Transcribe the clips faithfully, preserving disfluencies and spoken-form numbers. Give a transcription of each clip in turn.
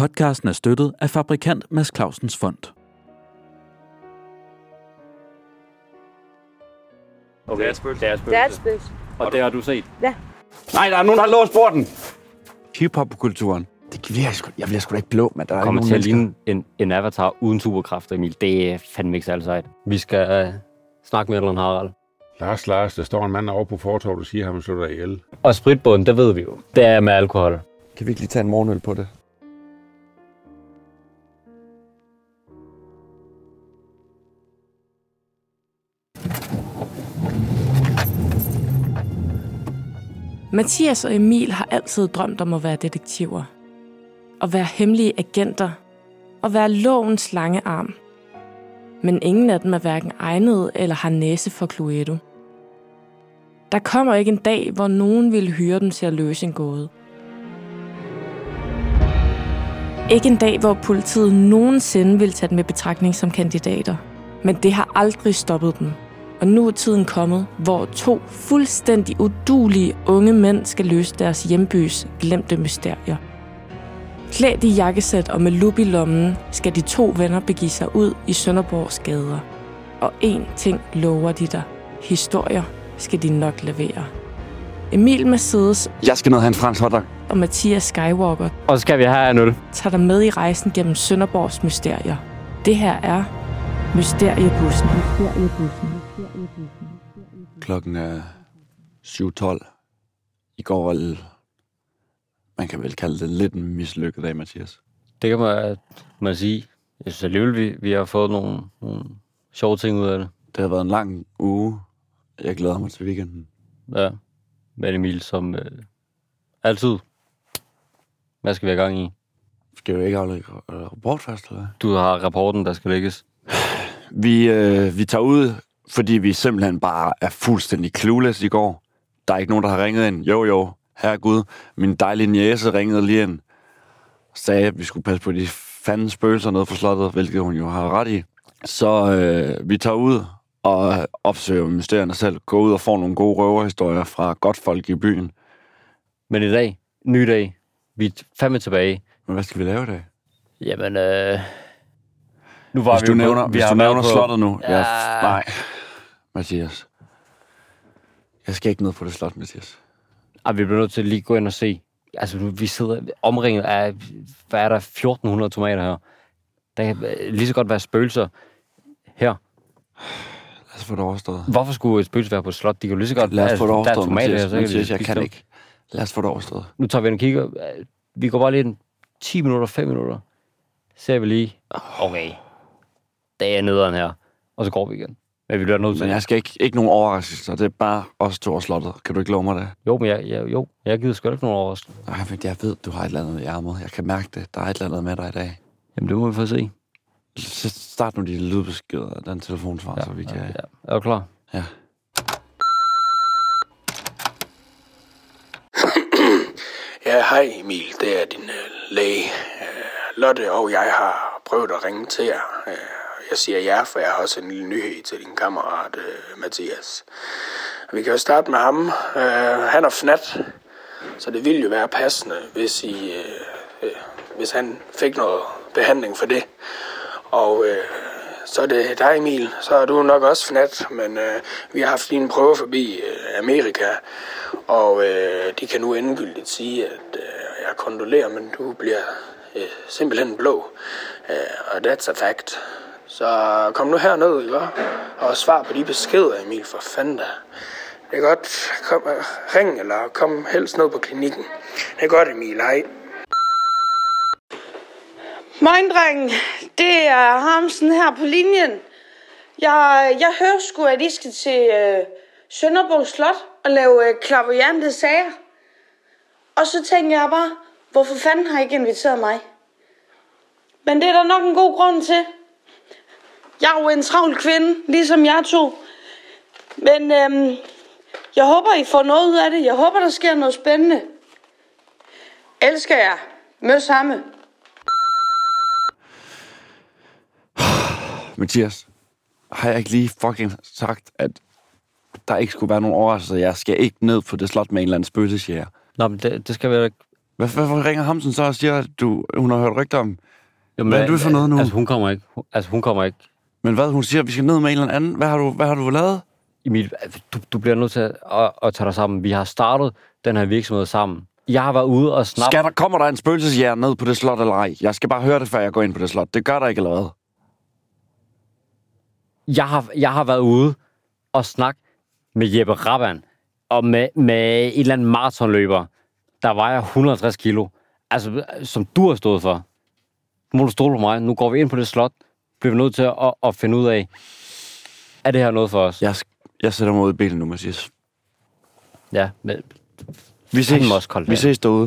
Podcasten er støttet af fabrikant Mads Clausens Fond. Okay, det er et spøgelse. Det er et spøgelse. Det er et spøgelse. Og det har du set? Ja. Nej, der er nogen, der har låst porten. Hip-hop-kulturen. Det bliver jeg sgu, jeg bliver sgu da ikke blå, men der er kommer ikke til nogen at ligne en, en avatar uden superkræfter, Emil. Det er fandme ikke særlig sejt. Vi skal uh, snakke med Edlund Harald. Lars, Lars, der står en mand over på fortovet og siger, at han slår dig ihjel. Og spritbåden, det ved vi jo. Det er med alkohol. Kan vi ikke lige tage en morgenøl på det? Mathias og Emil har altid drømt om at være detektiver. At være hemmelige agenter. Og være lovens lange arm. Men ingen af dem er hverken egnede eller har næse for Cluedo. Der kommer ikke en dag, hvor nogen vil hyre dem til at løse en gåde. Ikke en dag, hvor politiet nogensinde vil tage dem i betragtning som kandidater. Men det har aldrig stoppet dem. Og nu er tiden kommet, hvor to fuldstændig uduelige unge mænd skal løse deres hjembys glemte mysterier. Klædt i jakkesæt og med lup i lommen, skal de to venner begive sig ud i Sønderborgs gader. Og én ting lover de dig. Historier skal de nok levere. Emil Mercedes Jeg skal ned og have en fransk hotdog. og Mathias Skywalker Og så skal vi have en øl. tager dig med i rejsen gennem Sønderborgs mysterier. Det her er Mysteriebussen. Mysteriebussen. Klokken er syv tolv. I går var det, man kan vel kalde det lidt en mislykket dag, Mathias. Det kan man, man sige. Jeg synes alligevel, vi, vi har fået nogle, nogle sjove ting ud af det. Det har været en lang uge. Jeg glæder mig til weekenden. Ja. Men Emil, som øh, altid. Hvad skal vi have gang i? Skal vi ikke aflægge rapport først, eller hvad? Du har rapporten, der skal lægges. Vi, øh, vi tager ud, fordi vi simpelthen bare er fuldstændig clueless i går. Der er ikke nogen, der har ringet ind. Jo, jo, herregud. Min dejlige niece ringede lige ind og sagde, at vi skulle passe på de fandens spøgelser nede for slottet, hvilket hun jo har ret i. Så øh, vi tager ud og opsøger mysterierne selv. Går ud og får nogle gode røverhistorier fra godt folk i byen. Men i dag, ny dag, vi er fandme tilbage. Men hvad skal vi lave i dag? Jamen, øh... Nu var Hvis vi du jo nævner, på, hvis du nævner slottet nu. Ja. Ja, nej, Mathias. Jeg skal ikke ned på det slot, Mathias. Ej, vi bliver nødt til at lige gå ind og se. Altså, vi sidder omringet af, hvad er der, fjorten hundrede tomater her. Der kan lige så godt være spøgelser her. Lad os få det overstået. Hvorfor skulle et spøgelse være på et slot? De kan jo lige så godt... Lad os få det altså, der er overstået, tomater Mathias. her, så kan Mathias, de jeg spise kan dem. ikke. Lad os få det overstået. Nu tager vi ind og kigger. Vi går bare lige en ti minutter, fem minutter. Ser vi lige. Okay. Det er nederen her. Og så går vi igen. Men vi bliver nødt til. Men jeg skal ikke, ikke nogen overraskelser. Det er bare os to og slottet. Kan du ikke love mig det? Jo, men jeg, jeg, jo, jeg gider sgu ikke nogen overraskelse. Nej, men jeg ved, du har et eller andet i ærmet. Jeg kan mærke det. Der er et eller andet med dig i dag. Jamen, det må vi få se. Så start nu de lydbeskeder af den telefonsvar, Ja, så vi kan... ja, ja. Er du klar? Ja. Ja, hej Emil, det er din uh, læge. Uh, Lotte og jeg har prøvet at ringe til jer. Uh, jeg siger ja, for jeg har også en lille nyhed til din kammerat uh, Mathias. Vi kan jo starte med ham. Uh, han er fnat, så det ville jo være passende, hvis, I, uh, uh, hvis han fik noget behandling for det. Og uh, så er det dig, Emil. Så er du nok også fnat, men uh, vi har haft lige en prøve forbi uh, Amerika. Og øh, de kan nu endegyldigt sige, at øh, jeg kondolerer, men du bliver øh, simpelthen blå. Øh, og that's a fact. Så kom nu herned, ikke? Og svar på de beskeder, Emil, for fanden da. Det er godt. Kom, øh, ring, eller kom helst ned på klinikken. Det er godt, Emil. Hej. Moin, dreng. Det er Harmsen her på linjen. Jeg, jeg hører sgu, at I skal til øh, Sønderborg Slot og lave øh, klaverjante sager. Og så tænker jeg bare, hvorfor fanden har I ikke inviteret mig? Men det er der nok en god grund til. Jeg er jo en travl kvinde, ligesom jeg to. Men øhm, jeg håber, I får noget ud af det. Jeg håber, der sker noget spændende. Elsker jer. Møs samme. Mathias, har jeg ikke lige fucking sagt, at der ikke skulle være nogen overraskelser? Jeg skal ikke ned på det slot med en eller anden spøgelsesjæger. Nå, men det, det skal vi da ikke. Hvorfor ringer Hamsen så og siger, at du, hun har hørt rygter om? Jamen, hvad er du for noget nu? Altså, hun kommer ikke. Altså, hun kommer ikke. Men hvad? Hun siger, at vi skal ned med en eller anden. Hvad har du, hvad har du lavet? Emil, du, du bliver nødt til at, at, at tage dig sammen. Vi har startet den her virksomhed sammen. Jeg har været ude og snappe... Skal der, kommer der en spøgelsesjæger ned på det slot eller ej? Jeg skal bare høre det, før jeg går ind på det slot. Det gør der ikke, eller hvad? Jeg har, jeg har været ude og snakke med Jeppe Raban og med, med en eller anden maratonløber, der vejer et hundrede og tres kilo. Altså, som du har stået for. Nu må du stole på mig. Nu går vi ind på det slot. Bliver vi nødt til at, at, at finde ud af, er det her noget for os? Jeg, jeg sætter mig ud i bilen nu, Mathias. Ja, men... Vi ses, også koldt vi ses derude.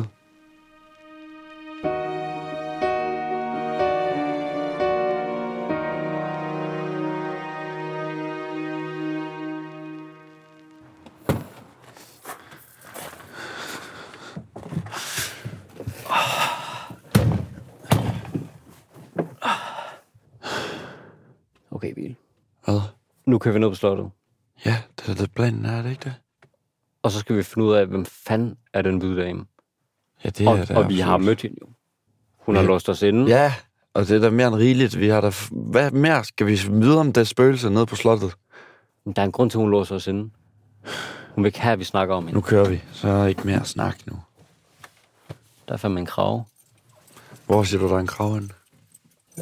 Okay, Emil. Hvad? Nu kører vi ned på slottet. Ja, det er det planen, er det ikke det? Og så skal vi finde ud af, hvem fanden er den hvide dame. Ja, det er og, det. Og vi har mødt hende jo. Hun ja. har låst os inde. Ja, og det er da mere end rigeligt. Vi har da... Hvad mere skal vi vide om det spøgelse nede på slottet? Der er en grund til, at hun låser os inde. Hun vil ikke have, at vi snakker om hende. Nu kører vi. Så er der ikke mere snak nu. Der er fandme en krave. Hvor siger du, der er en krave henne? Øh...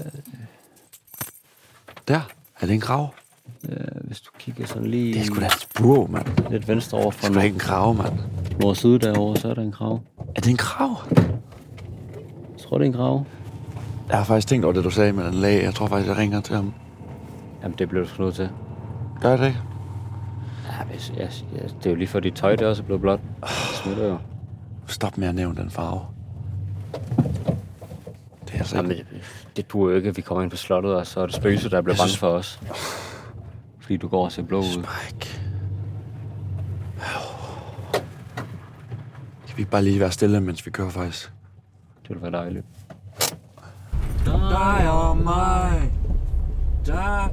Der? Er det en krave? Øh, hvis du kigger sådan lige... Det er sgu da en spurv, mand. Lidt venstre over for det er ikke en krave, mand. Vores side derovre, så er der en krave. Er det en krave? Jeg tror, det er en krave. Jeg har faktisk tænkt over det, du sagde med den læge. Jeg tror faktisk, jeg ringer til ham. Jamen, det bliver du sgu nødt til. Gør det ikke? Ja, hvis, jeg, jeg, det er jo lige for dit tøj, det er også blevet blåt. Det smitter jo. Stop med at nævne den farve. Det er altså Jamen, det, det duer jo ikke, at vi kommer ind på slottet, og så er det spøgelser, der bliver bange synes... for os. Fordi du går og ser blå ud. Spike. Kan vi ikke bare lige være stille, mens vi kører faktisk? Det ville være dejligt. Dig og mig. Der.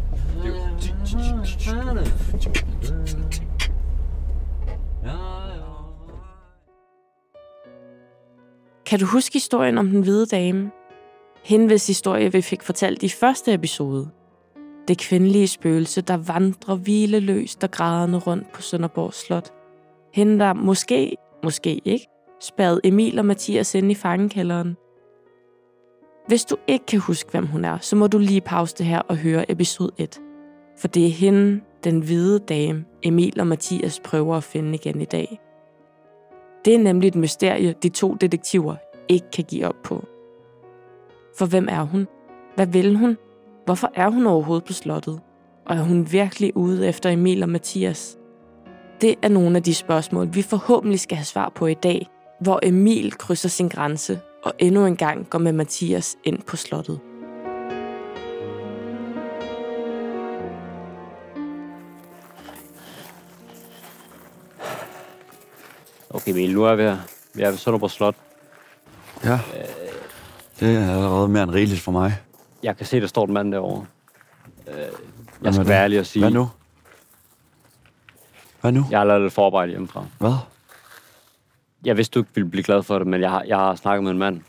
Kan du huske historien om den hvide dame? Hende, hvis historie vi fik fortalt i første episode. Det kvindelige spøgelse, der vandrer hvileløst og grædende rundt på Sønderborg Slot. Hende, der måske, måske ikke, spærrede Emil og Mathias ind i fangekælderen. Hvis du ikke kan huske, hvem hun er, så må du lige pause det her og høre episode et. For det er hende, den hvide dame, Emil og Mathias prøver at finde igen i dag. Det er nemlig et mysterie, de to detektiver ikke kan give op på. For hvem er hun? Hvad vil hun? Hvorfor er hun overhovedet på slottet? Og er hun virkelig ude efter Emil og Mathias? Det er nogle af de spørgsmål, vi forhåbentlig skal have svar på i dag, hvor Emil krydser sin grænse og endnu en gang går med Mathias ind på slottet. Okay, Emil, nu er vi her. Vi er ved Sønderborg Slot. Ja, det er allerede mere end rigeligt for mig. Jeg kan se, der står en mand derovre. Jeg skal være ærlig og sige... Hvad nu? Hvad nu? Jeg har lavet lidt forarbejde hjemmefra. Hvad? Jeg vidste, du ikke ville blive glad for det, men jeg har, jeg har snakket med en mand.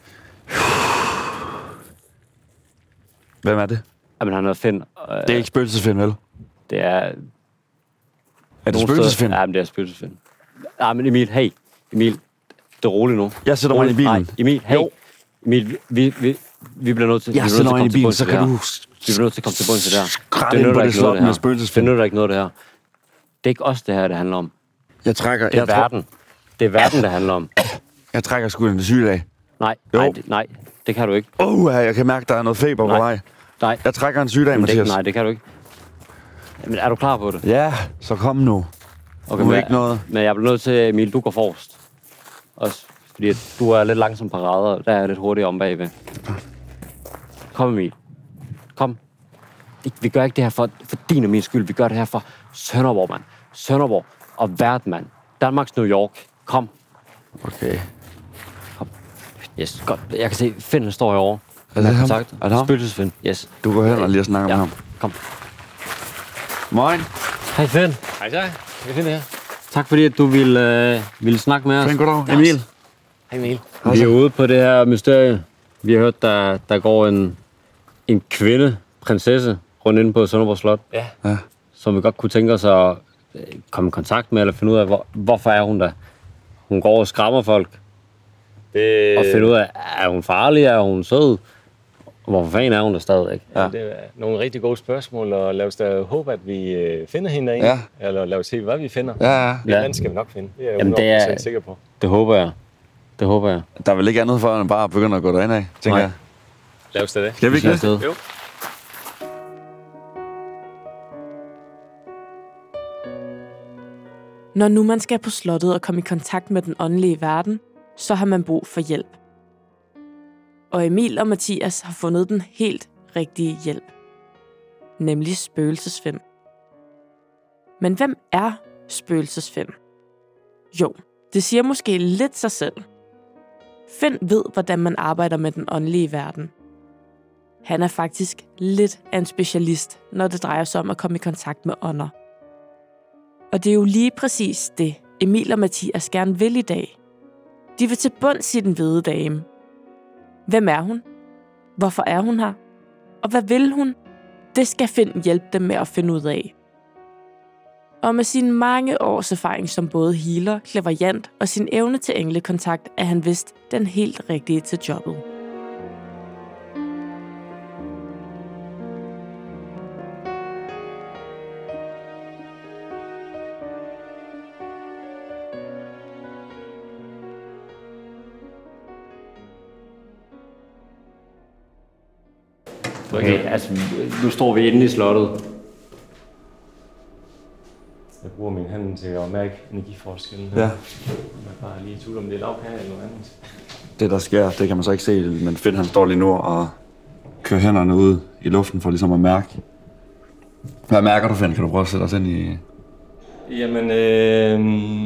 Hvem er det? Jamen, han hedder Finn. Øh, det er ikke spøgelsesfind, vel? Det er... Er det spøgelsesfind? Ja, men det er spøgelsesfind. Nej, men Emil, hey. Emil, det er roligt nu. Jeg sætter mig ind i bilen. Nej, Emil, hey. Jo. Emil, vi, vi, vi bliver nødt til... Jeg sætter mig ind i bilen, så kan du... Vi bliver nødt til at komme til bunds til det her. Skræt ind på det slot med spøgelsesfind. Det nytter ikke noget, det her. Det er ikke os, det her, det handler om. Jeg trækker... Det er jeg verden. Tror... Det er verden, det handler om. Jeg trækker sgu den sygedag. Nej, nej, det, nej, det kan du ikke. Åh, uh, jeg kan mærke, der er noget feber på vej. Nej. Jeg trækker en sygedag, Mathias. Nej, det kan du ikke. Men er du klar på det? Ja, så kom nu. Okay, nu men, ikke noget. Men jeg bliver nødt til, Emil, du går forrest. Også fordi at du er lidt langsom på rader, der er lidt hurtigere om bagved. Kom, Emil. Kom. Vi gør ikke det her for, for din og min skyld. Vi gør det her for Sønderborg, mand. Sønderborg og verden, mand. Danmarks New York. Kom. Okay. Kom. Yes, godt. Jeg kan se, Finn står herovre. Er det ham? Sagt. Er det ham? Spøgelsesfinn. Yes. Du går hen og lige snakker ja. med ham. Kom. Moin. Hej, Finn. Hej, så. Jeg finder her. Tak fordi, at du ville, øh, ville snakke med os. Finn, goddag. Emil. Hej, Emil. Vi er ude på det her mysterie. Vi har hørt, der, der går en, en kvinde, prinsesse, rundt inde på Sønderborg Slot. Ja. ja. Som vi godt kunne tænke os at komme i kontakt med, eller finde ud af, hvor, hvorfor er hun der. Hun går og skræmmer folk. Det... Og finde ud af, er hun farlig, er hun sød? Hvorfor fanden er hun der stadigvæk? Ja. Ja, det er nogle rigtig gode spørgsmål, og lad os da håbe, at vi øh, finder hende derinde. Ja. Eller lad os se, hvad vi finder. Ja, ja. Det ja. skal vi nok finde. Det er jeg Jamen, det er sikker på. Det håber jeg. Det håber jeg. Der er vel ikke andet for, end bare at begynde at gå derind af, tænker Nej. jeg. Lad os da det. Skal vi ikke det? Jo. Når nu man skal på slottet og komme i kontakt med den åndelige verden, så har man brug for hjælp. Og Emil og Mathias har fundet den helt rigtige hjælp. Nemlig spøgelsesven. Men hvem er spøgelsesven? Jo, det siger måske lidt sig selv. Finn ved, hvordan man arbejder med den åndelige verden. Han er faktisk lidt af en specialist, når det drejer sig om at komme i kontakt med ånder. Og det er jo lige præcis det, Emil og Mathias gerne vil i dag. De vil til bunds i den hvide dame. Hvem er hun? Hvorfor er hun her? Og hvad vil hun? Det skal Finn hjælpe dem med at finde ud af. Og med sine mange års erfaring som både healer, clairvoyant og sin evne til englekontakt, er han vist den helt rigtige til jobbet. Okay, altså, nu står vi inde i slottet. Jeg bruger min hand til at mærke energiforskellen. Ja. Jeg bare lige tulle, om det er lavkage eller noget andet. Det, der sker, det kan man så ikke se, men Finn han står lige nu og kører hænderne ud i luften for ligesom at mærke. Hvad mærker du, Finn? Kan du prøve at sætte os ind i... Jamen, øh...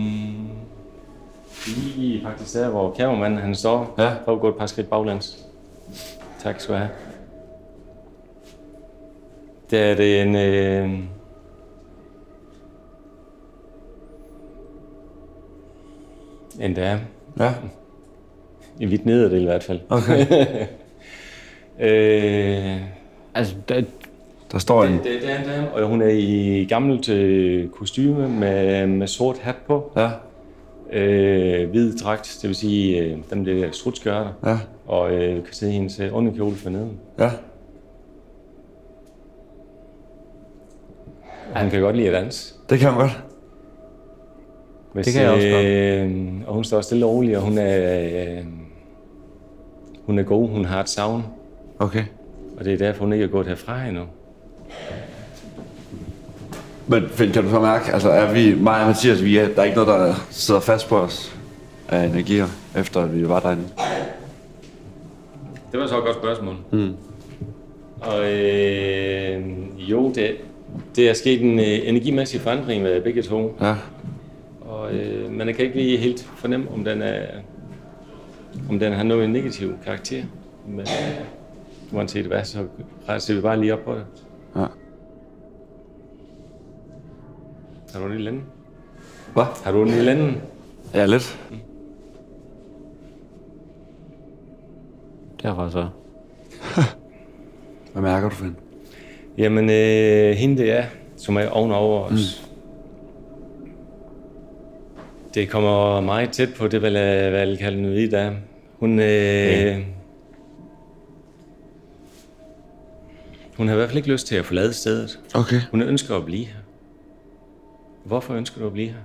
lige faktisk der, hvor kameramanden han står. Ja. Prøv at gå et par skridt baglæns. Tak skal du have. Der er det en... Øh... En dame. Ja. I hvidt nederdel i hvert fald. Okay. øh... Altså, der, der står en... Det, det, det er en dame, og hun er i gammelt øh, kostyme med, med sort hat på. Ja. Øh, hvid dragt, det vil sige øh, dem der strutskørter. Ja. Og øh, kan se hendes øh, underkjole for neden. Ja. Hun kan godt lide at danse. Det kan hun godt. Hvis, det kan jeg også godt. Øh, og hun står stille og roligt, og hun er, øh, hun er god. Hun har et savn. Okay. Og det er derfor, hun ikke er gået herfra endnu. Men Finn, kan du så mærke, altså er vi, mig og Mathias, vi er, der er ikke noget, der sidder fast på os af energier, efter at vi var derinde? Det var så et godt spørgsmål. Mm. Og øh, jo, det, det er sket en øh, energimæssig forandring med begge to. Ja. Og øh, man kan ikke lige helt fornemme, om den, er, om den har noget negativ karakter. Men øh, uanset hvad, så rejser vi bare lige op på det. Ja. Har du den i lænden? Hvad? Har du den i lænden? Ja, lidt. Mm. Derfor så. Hvad mærker du, Finn? Jamen, øh, hende det er, som er ovenover os. Mm. Det kommer meget tæt på det, hvad jeg kalder den hvide dame. Hun, øh, ja. hun har i hvert fald ikke lyst til at forlade stedet. Okay. Hun ønsker at blive her. Hvorfor ønsker du at blive her?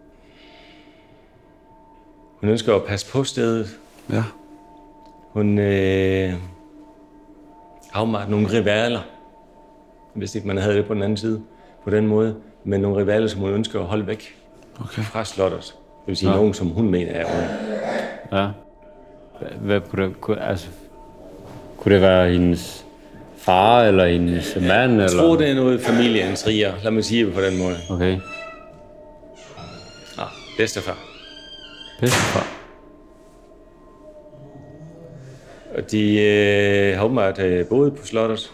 Hun ønsker at passe på stedet. Ja. Hun øh, har nogle rivaler. Hvis ikke man havde det på den anden side. På den måde. Men nogle rivaler, som hun ønsker at holde væk. Okay. Fra slottet. Det vil sige ja. Nogen, som hun mener er under. Ja. Hvad kunne det, kunne, altså, kunne det være hendes far, eller hendes mand? Jeg eller? tror, det er noget familiens riger. Lad mig sige det på den måde. Okay. Ah, bedstefar. Bedstefar. Og de øh, har åbenbart øh, boet på slottet.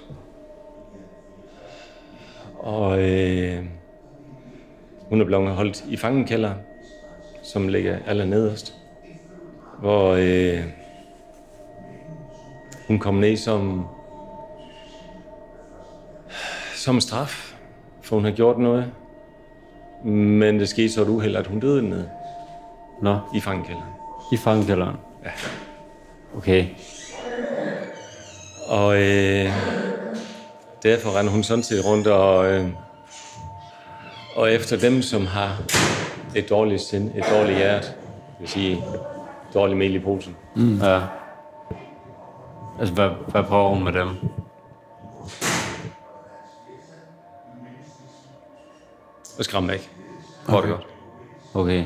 Og øh, hun er blevet holdt i fangekælder, som ligger aller nederst. hvor øh, hun kom ned som, som straf, for hun havde gjort noget. Men det skete så et uheld, at hun døde nede. Nå. I fangekælderen. I fangekælderen? Ja. Okay. Og øh, derfor render hun sådan set rundt, og, øh, og efter dem, som har et dårligt sind, et dårligt hjerte, det vil sige dårlig mel i posen. Mm. Ja. Altså, hvad, hvad prøver hun med dem? Og skræmme væk. Hvor okay. det godt. Okay.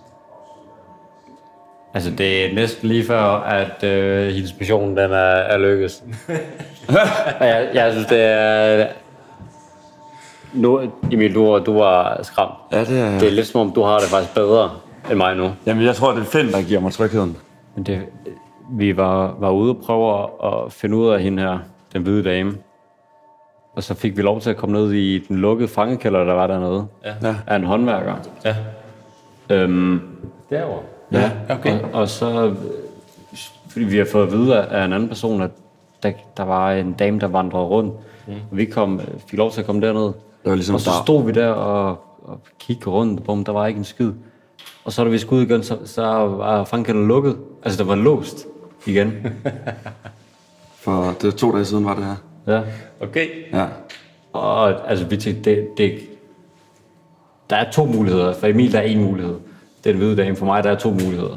Altså, det er næsten lige før, at øh, hendes mission, den er, er lykkes. jeg, jeg synes, det er... Nu, Emil, du, du er skræmt. Ja, det er... Det er lidt som om, du har det faktisk bedre end mig nu. Jamen, jeg tror, det er Finn, der giver mig trygheden. Men det, vi var, var ude og prøve at finde ud af hende her, den hvide dame. Og så fik vi lov til at komme ned i den lukkede fangekælder, der var dernede. Ja. Af en håndværker. Ja. Øhm, Derovre? Ja, okay. Og, og så, fordi vi har fået at vide af en anden person, at der, der var en dame, der vandrede rundt. Mm. Og vi kom, fik lov til at komme derned. Ligesom og så stod vi der og, og kiggede rundt, bum, der var ikke en skid. Og så da vi skulle ud igen, så, så var fangekælderen lukket. Altså, der var låst igen. For det er to dage siden, var det her. Ja. Okay. Ja. Og altså, vi tænkte, det, det, der er to muligheder. For Emil, der er én mulighed. Det er en hvide dame. For mig, der er to muligheder.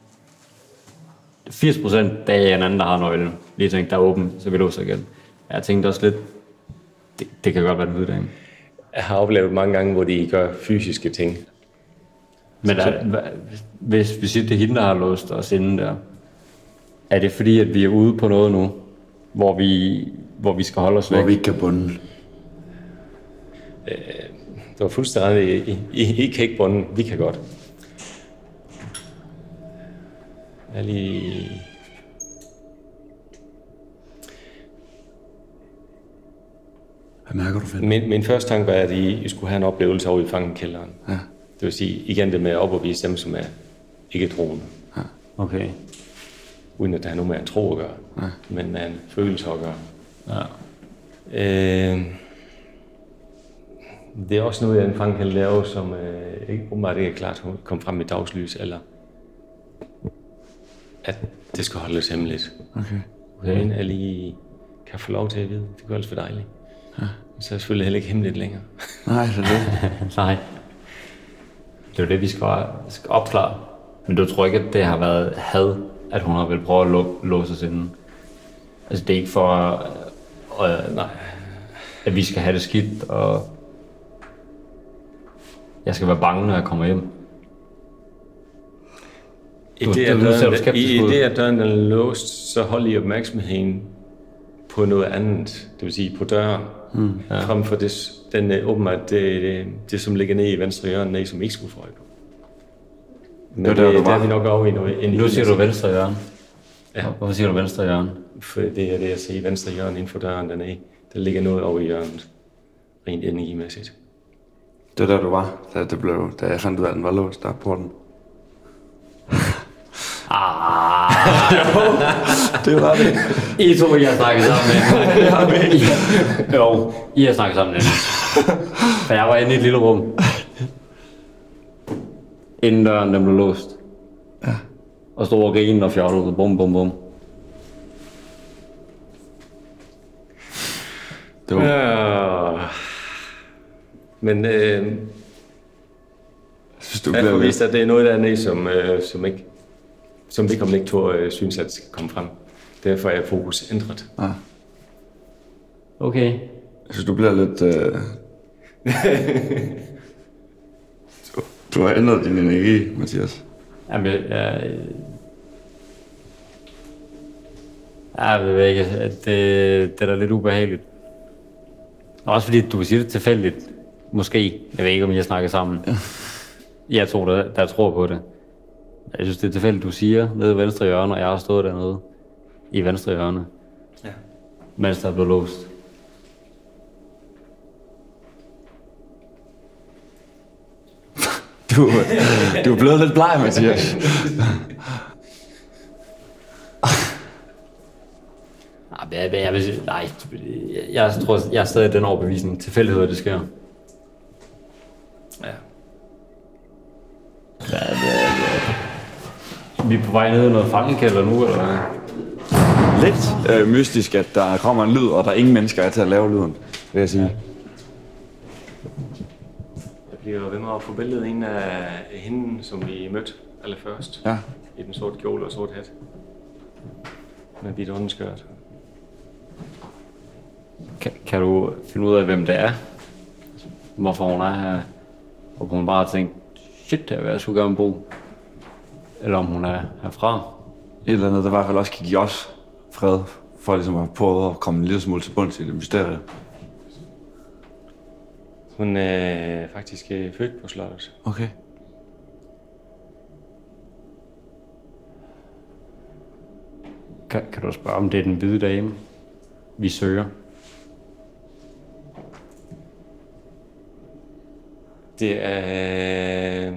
firs procent, der er en anden, der har nøglen. Lige tænkte, der er åben, så vi låser igen. Jeg tænkte også lidt, det, det kan godt være den hvide dame. Jeg har oplevet mange gange, hvor de gør fysiske ting. Men der, hvis vi siger, det er hende, der har låst os inden der, er det fordi, at vi er ude på noget nu, hvor vi, hvor vi skal holde os væk? Hvor vi ikke kan bunde. Øh, det var fuldstændig, I, I, I kan ikke bunde, vi kan godt. Jeg lige... Hvad mærker du, Finn? Min, min første tanke var, at I, I skulle have en oplevelse over i fangekælderen. Ja. Det vil sige, igen det med at opbevise dem, som er ikke troende. Ja. Okay. Uden at det har noget med en tro at gøre, ja. Men med en følelse at gøre. Ja. Øh, det er også noget, en fang kan lave, som øh, ikke umiddelbart ikke er klart at komme frem i dagslys, eller at det skal holdes hemmeligt. Okay. Okay. Men jeg lige kan få lov til at vide, det gør altså for dejligt. Ja. Så er det selvfølgelig heller ikke hemmeligt længere. Nej, det er det. Nej. Det er jo det, vi skal, skal opklare. Men du tror ikke, at det har været had, at hun har vel prøvet at lå, låse os inden? Altså, det er ikke for, øh, nej, at vi skal have det skidt, og jeg skal være bange, når jeg kommer hjem. I det, at døren, i, i det, at døren er låst, så hold I opmærksomheden på noget andet. Det vil sige på døren. Mm, ja. Frem for det, den er åbenbart det, det, det, som ligger nede i venstre hjørne, nede, som ikke skulle få øje på. Men det, det, det er vi nok over i noget. Nu siger du venstre hjørne. Ja. Hvorfor siger du venstre hjørne? For det er det, jeg siger. Venstre hjørne inden for døren dernede. Der ligger noget over i hjørnet. Rent energimæssigt. Det var der, du var, da, det blev, da jeg fandt ud af, at den var låst der på den. Ah, jo, det var det. I to, I har snakket sammen med. Det har vi ikke. Jo, I har snakket sammen med. For jeg var inde i et lille rum. Inden døren, den blev låst. Ja. Og stod og grinede og fjollede. Bum, bum, bum. Det var... Ja. Men øh, synes, du jeg får vist, at det er noget dernede, som, øh, som, ikke, som vi kommer ikke til at øh, synes, at skal komme frem. Derfor er fokus ændret. Ja. Okay. Jeg synes, du bliver lidt... Øh... du, du har ændret din energi, Mathias. Jamen, jeg... jeg jeg ved ikke, at det, det er da lidt ubehageligt. Også fordi du siger det tilfældigt. Måske. Jeg ved ikke, om I har snakket sammen. Ja. Jeg tror, der, der tror på det. Jeg synes, det er tilfældigt, du siger nede i venstre hjørne, og jeg har stået dernede i venstre hjørne. Ja. Mens der er blevet låst. Du, du er blevet lidt bleg, Mathias. jeg, jeg vil sige, nej, jeg tror, jeg er stadig den overbevisning. Tilfældigheder, det sker. Ja. Ja, det er, vi er på vej ned i noget fangekælder nu, eller hvad? Lidt øh, mystisk, at der kommer en lyd, og der er ingen mennesker er til at lave lyden, vil jeg sige. Jeg bliver ved med at få billedet en af hende, som vi mødte allerførst. Ja. I den sorte kjole og sort hat. Med hvidt underskørt. Kan, kan du finde ud af, hvem det er? Hvorfor hun er her? Og hun bare har tænkt, shit, der vil jeg sgu gerne bo. Eller om hun er herfra. Et eller andet, der i hvert fald også kan give os fred, for ligesom at prøve at komme en lille smule til bunds i det mysterie. Hun er faktisk født på slottet. Okay. Kan, kan du spørge, om det er den hvide dame, vi søger? Det er...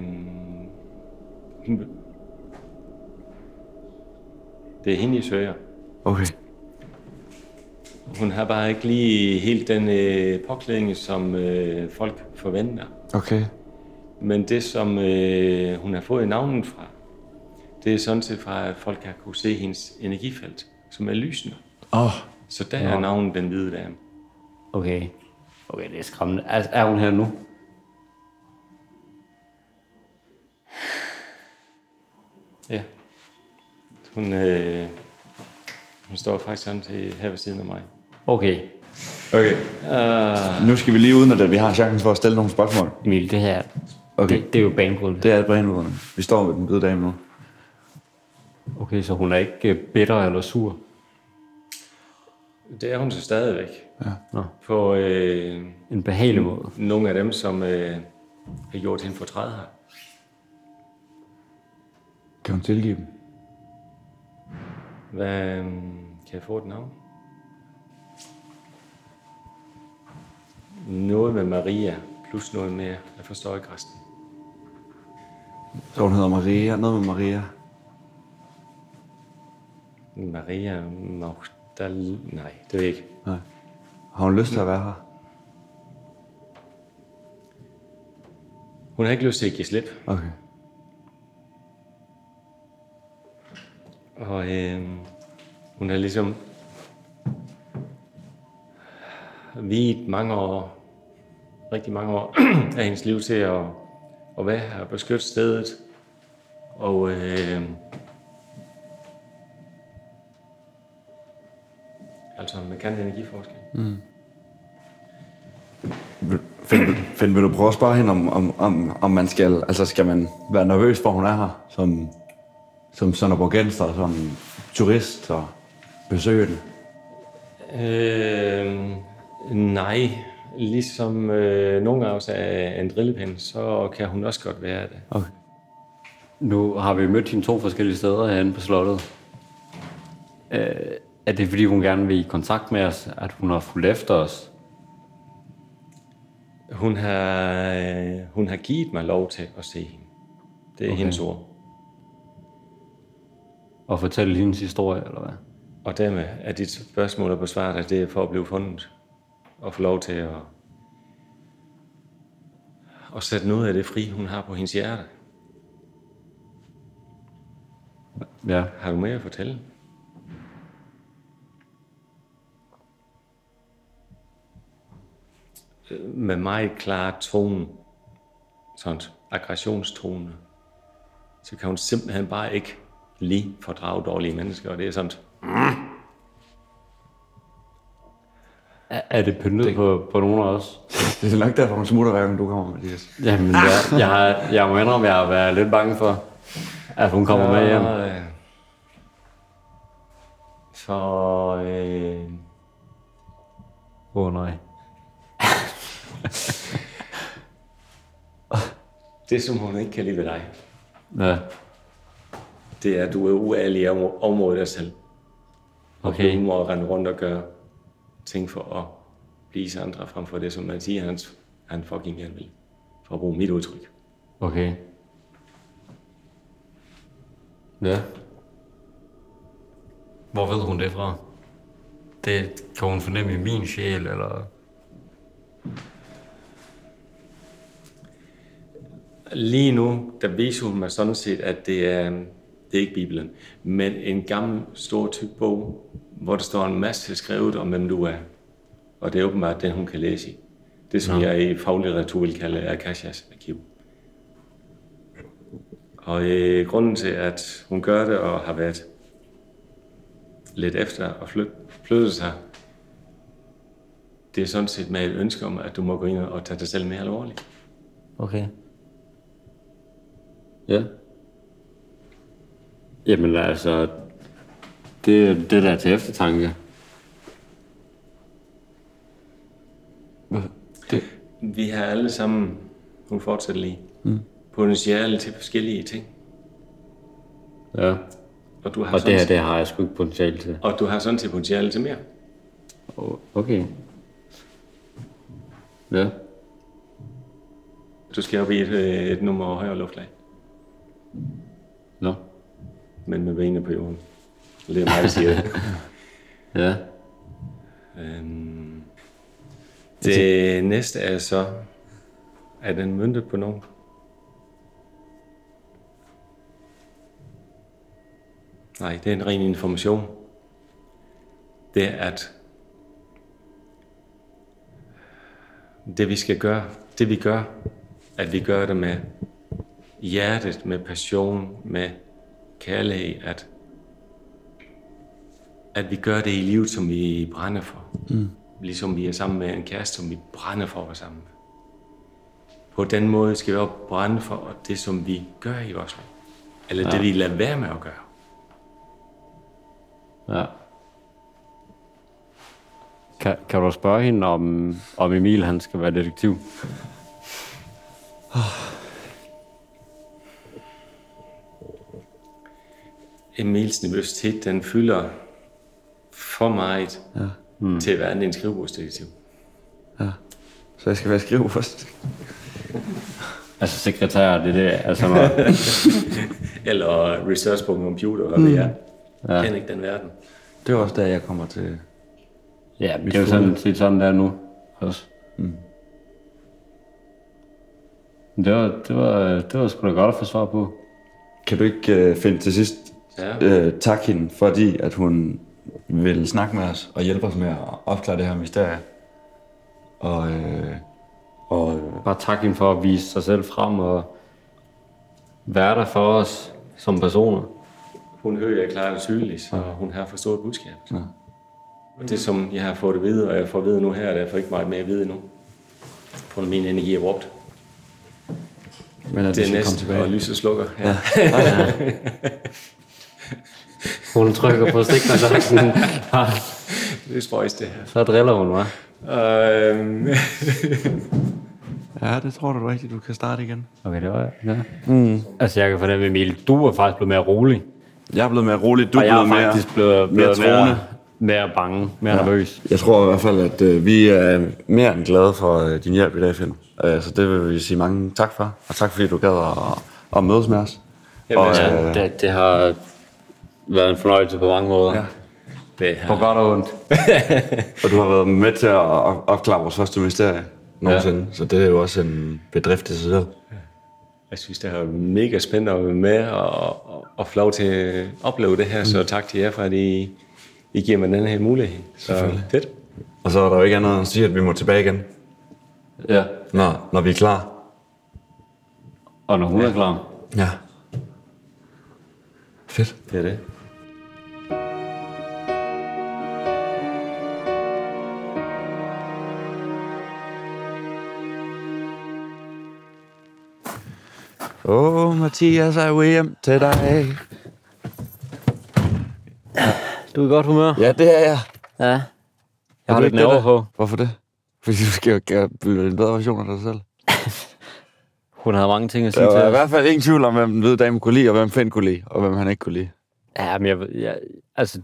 Det er hende, I søger. Okay. Hun har bare ikke lige helt den øh, påklædning, som øh, folk forventer. Okay. Men det, som øh, hun har fået navnet fra, det er sådan set fra, at folk har kunne se hendes energifelt, som er lysende. Åh. Oh. Så der er navnet den hvide dame. Okay. Okay, det er skræmmende. Er, er hun her nu? Ja. Hun, øh, hun står faktisk sådan til her ved siden af mig. Okay. Okay. Uh... Nu skal vi lige udnytte, at vi har chancen for at stille nogle spørgsmål. Emil, det her, okay. det, det er jo banebrydende. Det er banebrydende. Vi står med den hvide dame nu. Okay, så hun er ikke bitter eller sur? Det er hun så stadigvæk. Ja. Nå. På øh, en behagelig måde. Nogle af dem, som øh, har gjort hende fortræd her. Kan hun tilgive dem? Hvad, øh, kan jeg få et navn? Noget med Maria, plus noget mere. Jeg forstår ikke resten. Så hun hedder Maria. Noget med Maria. Maria Magdal... Nej, det ved jeg ikke. Nej. Har hun lyst til at være her? Hun har ikke lyst til at give slip. Okay. Og øh, hun har ligesom viet mange år, rigtig mange år af hendes liv til at, at være her og beskytte stedet. Og øh, altså med kan energiforskel. Mm. Find, find, vil du prøve at spørge hende, om, om, om, om man skal, altså skal man være nervøs for, hun er her, som, som sønderborgenser, som turist og besøgende? Øh, nej, ligesom øh, nogle af os er en drillepind, så kan hun også godt være det. Okay. Nu har vi mødt hende to forskellige steder herinde på slottet. Øh, er det fordi, hun gerne vil i kontakt med os, at hun har fulgt efter os? Hun har, øh, hun har givet mig lov til at se hende. Det er okay. Hendes ord. Og fortælle hendes historie, eller hvad? Og dermed er dit spørgsmål at besvare dig, det er for at blive fundet. Og få lov til at, at sætte noget af det fri, hun har på hendes hjerte. Ja. Har du mere at fortælle? Med meget klar tone, sådan aggressionstone, så kan hun simpelthen bare ikke lige fordrage dårlige mennesker, og det er sådan. Mm. Er, er det pyntet det... på, på nogen af os? Det er nok derfor, hun smutter hver gang du kommer, Mathias. Jamen, jeg, jeg, har, jeg må indrømme, jeg har været lidt bange for, at hun kommer ja, med hjem. For... Øh... Åh oh, nej. Det, som hun ikke kan lide ved dig, ja. Det er, at du er uærlig i området dig selv. Okay. Og du må rende rundt og gøre ting for at blive andre, frem for det, som man siger, han, han fucking gerne vil. For at bruge mit udtryk. Okay. Ja. Hvor ved hun det fra? Det kan hun fornemme i min sjæl, eller... Lige nu, der viser hun mig sådan set, at det er, det er ikke Bibelen, men en gammel, stor, tyk bog, hvor der står en masse skrevet om, hvem du er. Og det er åbenbart den, hun kan læse i. Det, som ja. jeg i faglitteratur vil kalde Akashas arkiv. Og øh, grunden til, at hun gør det og har været lidt efter at flytte, flytte sig, det er sådan set med et ønske om, at du må gå ind og tage dig selv mere alvorligt. Okay. Ja. Jamen altså, det, det der er til eftertanke. Det. Vi har alle sammen, hun fortsætter lige, mm. potentiale til forskellige ting. Ja. Og, du har og det her, det har jeg sgu ikke potentiale til. Og du har sådan til potentiale til mere. Okay. Ja. Du skal op i et, et nummer højere luftlag. Nå. Men med benene på jorden. Det er mig, der siger det. Ja. Øhm, det næste er så, er den møntet på nogen? Nej, det er en ren information. Det er, at det vi skal gøre, det vi gør, at vi gør det med hjertet, med passion, med kærlighed, at, at vi gør det i livet, som vi brænder for. Mm. Ligesom vi er sammen med en kæreste, som vi brænder for at være sammen med. På den måde skal vi også brænde for det, som vi gør i vores liv. Eller ja. det, vi lader være med at gøre. Ja. Kan, kan du spørge hende, om, om Emil han skal være detektiv? Emils nervøsitet, den fylder for meget ja. mm. til at være en skrivebordsdetektiv. Ja, så jeg skal være skrivebords. Altså sekretær, det er det, altså noget. Eller research på computer, hvad mm. ved jeg. Jeg kender ikke den verden. Det er også der, jeg kommer til. Ja, det er jo sådan, set sådan der nu også. Mm. Det var, det var, det var sgu da godt at få svar på. Kan du ikke uh, finde til sidst ja. uh, tak hende, fordi at hun vil snakke med os og hjælpe os med at opklare det her mysterie? Og, uh, og uh, bare tak hende for at vise sig selv frem og være der for os som personer. Hun hører jeg klart og tydeligt, så hun har forstået budskabet. Ja. Det som jeg har fået at vide, og jeg får at vide nu her, der er for ikke meget mere at vide nu. For min energi er brugt. Men er det, det er næsten, og lyset slukker. Ja. Ja. Ja. Hun trykker på stikkontakten. Det er spøjs, det her. Så driller hun, hva'? Øhm. Ja, det tror du rigtigt, du kan starte igen. Okay, det var jeg. Ja. Mm. Altså, jeg kan fornemme, Emil, du er faktisk blevet mere rolig. Jeg er blevet mere rolig, du er blevet mere... Og jeg er faktisk blevet, blevet mere, mere, mere bange, mere ja. nervøs. Jeg tror i hvert fald, at øh, vi er mere end glade for øh, din hjælp i dag, Finn. Øh, så det vil vi sige mange tak for. Og tak fordi du gad at, at mødes med os. Jamen, og, ja, øh, det, det har været en fornøjelse på mange måder. Ja. Det har... På godt og ondt. Og du har været med til at opklare vores første mysterie nogensinde. Ja. Så det er jo også en bedrift i sig selv. Jeg synes, det er mega spændende at være med og, og, og få lov til at opleve det her. Mm. Så tak til jer for, at I, I giver mig den her mulighed. Så fedt. Og så er der jo ikke andet at sige, at vi må tilbage igen. Ja. Når, når vi er klar. Og når hun ja. er klar. Ja. Fedt. Det er det. Åh, oh, Mathias, er jo hjem til dig. Du er i godt humør? Ja, det er jeg. Ja. Jeg har lidt nerver på. Hvorfor det? Fordi du skal jo blive en bedre version af dig selv. Hun havde mange ting at sige til. Der var i hvert fald ingen tvivl om, hvem den hvide dame kunne lide, og hvem Finn kunne lide, og hvem han ikke kunne lide. Ja, men jeg, jeg altså...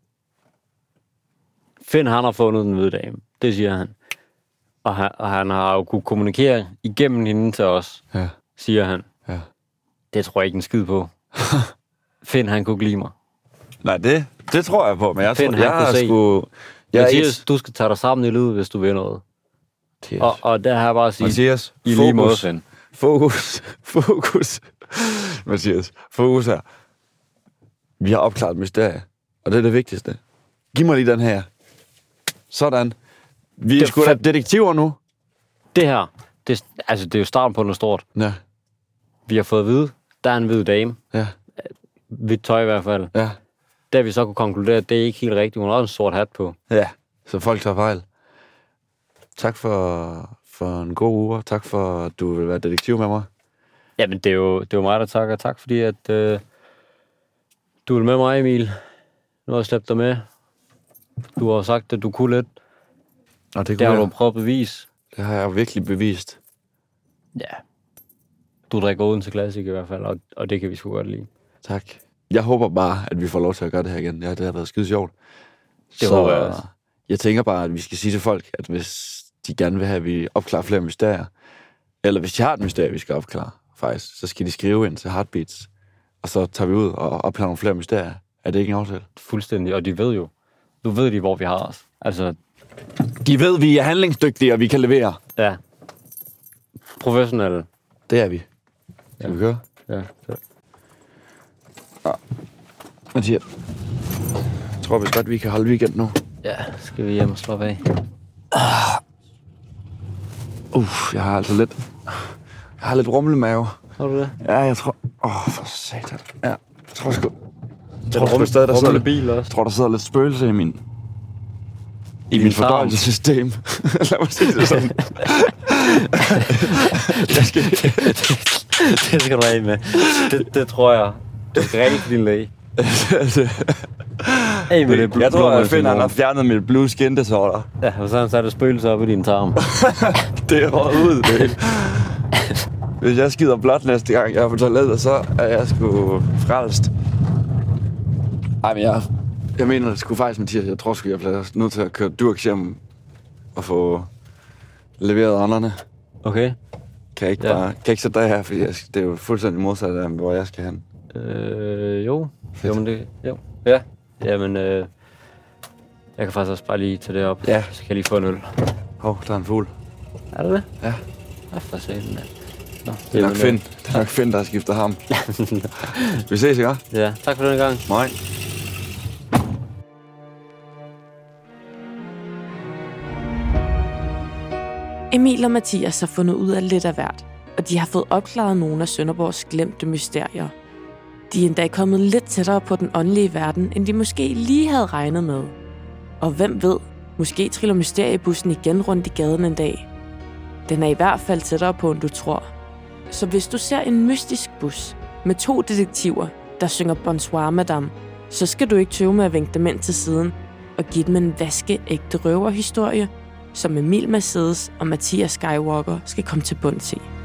Finn, han har fundet den hvide dame. Det siger han. Og han, og han har jo kunne kommunikere igennem hende til os, ja. Siger han. Ja. Det tror jeg ikke en skid på. Finn, han kunne lide mig. Nej, det, det tror jeg på, men jeg, Finn, tror, jeg, har sgu, Jeg Mathias, du skal tage dig sammen i livet, hvis du vil noget. Mathias. Og, og der har jeg bare at sige, Mathias, i fokus. lige måde, Svend. Fokus. Fokus. Mathias, fokus her. Vi har opklaret mysterie, og det er det vigtigste. Giv mig lige den her. Sådan. Vi er Det er sgu da fa- detektiver nu. Det her, det, altså, det er jo starten på noget stort. Ja, Vi har fået at vide, der er en hvid dame. ja, Hvidt tøj i hvert fald. ja. Der vi så kunne konkludere, at det er ikke helt rigtigt. Hun har også en sort hat på. Ja, så folk tager fejl. Tak for, for en god uge. Tak for, at du vil være detektiv med mig. Jamen, det er jo, det er jo mig, der takker. Tak, fordi at, øh, du vil med mig, Emil. Nu har jeg slæbt dig med. Du har sagt, at du kunne lidt. Og det, Det har kunne du jeg, prøvet at bevise. det har jeg virkelig bevist. Ja. Du drikker uden til klassik i hvert fald, og, og det kan vi sgu godt lide. Tak. Jeg håber bare, at vi får lov til at gøre det her igen. Ja, det har været skide sjovt. Det så, håber jeg også. Jeg tænker bare, at vi skal sige til folk, at hvis de gerne vil have, at vi opklarer flere mysterier, eller hvis de har et mysterie, vi skal opklare, faktisk, så skal de skrive ind til Heartbeats, og så tager vi ud og opklarer nogle flere mysterier. Er det ikke en aftale? Fuldstændig, og de ved jo. Nu ved de, hvor vi har os. Altså, De ved, at vi er handlingsdygtige, og vi kan levere. ja. Professionelle. Det er vi. Skal Ja. vi køre? Ja. Mathias, jeg tror vist godt, vi kan holde weekend nu. Ja, skal vi hjem og slå af. Uff, jeg har altså lidt... Jeg har lidt rumlemave. Har du det? Ja, jeg tror... Åh, oh, for satan. Ja, jeg tror sgu... Jeg Er tror der sgu stadig, der sidder, rummelig bil også? jeg tror, der sidder lidt spøgelse i min... I din min tarm. fordøjelsessystem. Lad mig sige det sådan. jeg skal... Det skal du af med. Det, det tror jeg. Du skal ringe til din læge. Hey, med det jeg tror, jeg finder, han blod- har fjernet mit blue skin disorder. Ja, og så er der spøgelser op i din tarm. Det er røget ud, det. Hvis jeg skider blot næste gang, jeg er på toilettet, så er jeg sgu frelst. Ej, men jeg, jeg mener det sgu faktisk, Mathias. Jeg tror sgu, jeg bliver nødt til at køre Durks hjem og få leveret ånderne. Okay. Kan jeg ikke Ja. bare... Kan jeg ikke sætte dig her, fordi jeg, det er jo fuldstændig modsat af, hvor jeg skal hen. Øh, jo. Jo, men det... Jo. Ja. Jamen, øh... Jeg kan faktisk også bare lige tage det op. Ja. Så kan jeg lige få en øl. Hov, der er en fugl. Er det det? Ja. Ja, for satan, da. Nå, Det er nok Finn. Det er nok Finn, der har skiftet ham. Vi ses, ikke? Ja, tak for den gang. Nej. Emil og Mathias har fundet ud af lidt af hvert, og de har fået opklaret nogle af Sønderborgs glemte mysterier. De er endda kommet lidt tættere på den åndelige verden, end de måske lige havde regnet med. Og hvem ved, måske triller mysteriebussen igen rundt i gaden en dag. Den er i hvert fald tættere på, end du tror. Så hvis du ser en mystisk bus med to detektiver, der synger Bonsoir Madame, så skal du ikke tøve med at vinke dem ind til siden og give dem en vaskeægte røverhistorie, som Emil Mercedes og Mathias Skywalker skal komme til bunds i.